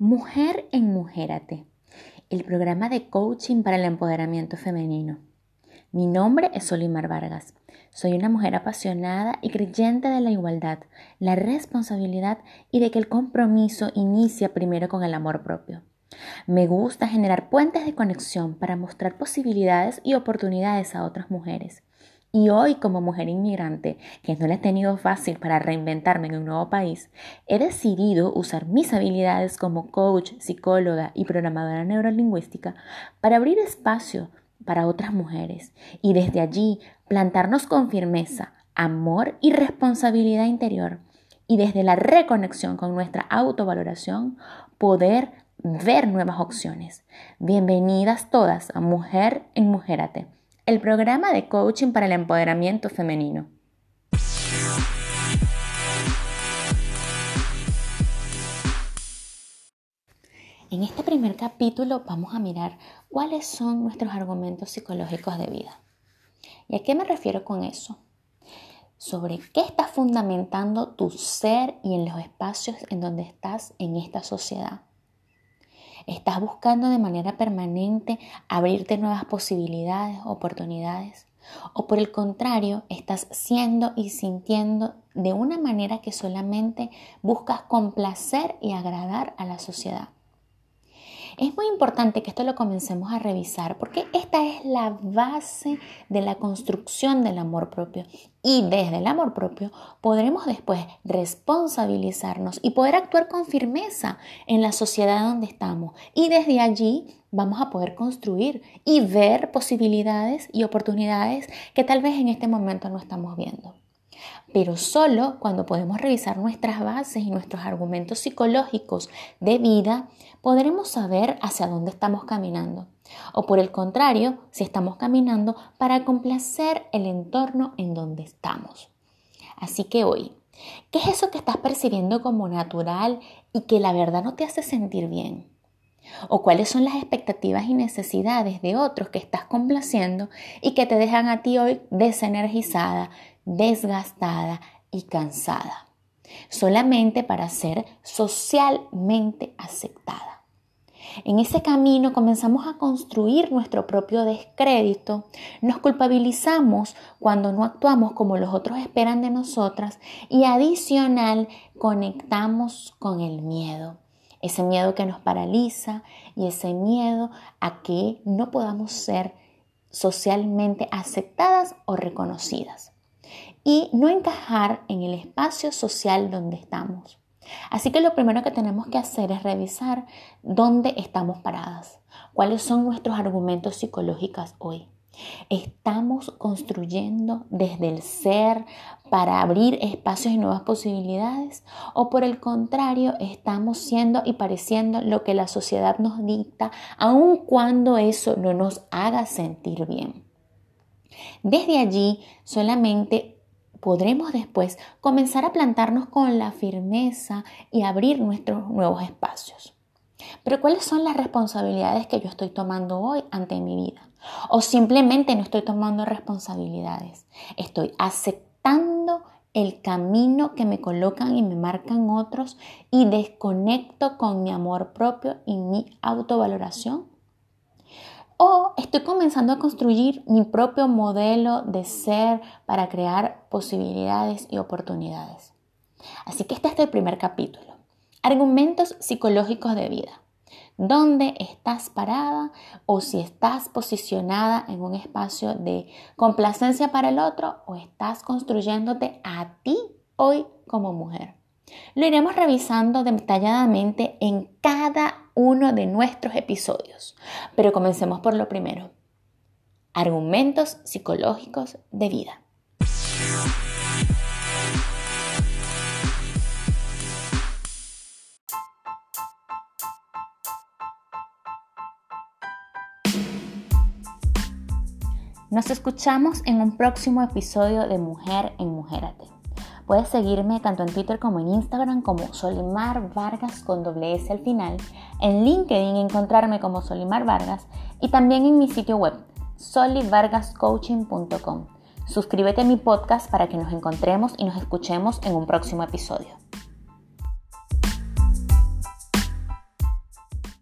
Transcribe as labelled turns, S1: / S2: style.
S1: Mujer en Mujérate, el programa de coaching para el empoderamiento femenino. Mi nombre es Solimar Vargas. Soy una mujer apasionada y creyente de la igualdad, la responsabilidad y de que el compromiso inicia primero con el amor propio. Me gusta generar puentes de conexión para mostrar posibilidades y oportunidades a otras mujeres. Y hoy, como mujer inmigrante, que no la he tenido fácil para reinventarme en un nuevo país, he decidido usar mis habilidades como coach, psicóloga y programadora neurolingüística para abrir espacio para otras mujeres y desde allí plantarnos con firmeza, amor y responsabilidad interior y desde la reconexión con nuestra autovaloración poder ver nuevas opciones. Bienvenidas todas a Mujer en Mujérate, el programa de coaching para el empoderamiento femenino. En este primer capítulo vamos a mirar cuáles son nuestros argumentos psicológicos de vida. ¿Y a qué me refiero con eso? Sobre qué estás fundamentando tu ser y en los espacios en donde estás en esta sociedad. ¿Estás buscando de manera permanente abrirte nuevas posibilidades, oportunidades? ¿O por el contrario, estás siendo y sintiendo de una manera que solamente buscas complacer y agradar a la sociedad? Es muy importante que esto lo comencemos a revisar porque esta es la base de la construcción del amor propio y desde el amor propio podremos después responsabilizarnos y poder actuar con firmeza en la sociedad donde estamos y desde allí vamos a poder construir y ver posibilidades y oportunidades que tal vez en este momento no estamos viendo. Pero solo cuando podemos revisar nuestras bases y nuestros argumentos psicológicos de vida, podremos saber hacia dónde estamos caminando. O por el contrario, si estamos caminando para complacer el entorno en donde estamos. Así que hoy, ¿qué es eso que estás percibiendo como natural y que la verdad no te hace sentir bien? ¿O cuáles son las expectativas y necesidades de otros que estás complaciendo y que te dejan a ti hoy desenergizada, desgastada y cansada? Solamente para ser socialmente aceptada. En ese camino comenzamos a construir nuestro propio descrédito, nos culpabilizamos cuando no actuamos como los otros esperan de nosotras y adicional conectamos con el miedo. Ese miedo que nos paraliza y ese miedo a que no podamos ser socialmente aceptadas o reconocidas y no encajar en el espacio social donde estamos. Así que lo primero que tenemos que hacer es revisar dónde estamos paradas, cuáles son nuestros argumentos psicológicos hoy. ¿Estamos construyendo desde el ser para abrir espacios y nuevas posibilidades? ¿O por el contrario, estamos siendo y pareciendo lo que la sociedad nos dicta, aun cuando eso no nos haga sentir bien? Desde allí solamente podremos después comenzar a plantarnos con la firmeza y abrir nuestros nuevos espacios. Pero ¿cuáles son las responsabilidades que yo estoy tomando hoy ante mi vida? O simplemente no estoy tomando responsabilidades. Estoy aceptando el camino que me colocan y me marcan otros y desconecto con mi amor propio y mi autovaloración. O estoy comenzando a construir mi propio modelo de ser para crear posibilidades y oportunidades. Así que este es el primer capítulo. Argumentos psicológicos de vida. ¿Dónde estás parada o si estás posicionada en un espacio de complacencia para el otro o estás construyéndote a ti hoy como mujer? Lo iremos revisando detalladamente en cada uno de nuestros episodios, pero comencemos por lo primero. Argumentos psicológicos de vida. Nos escuchamos en un próximo episodio de Mujer en Mujérate. Puedes seguirme tanto en Twitter como en Instagram como Solimar Vargas con .s al final, en LinkedIn encontrarme como Solimar Vargas y también en mi sitio web solivargascoaching.com. Suscríbete a mi podcast para que nos encontremos y nos escuchemos en un próximo episodio.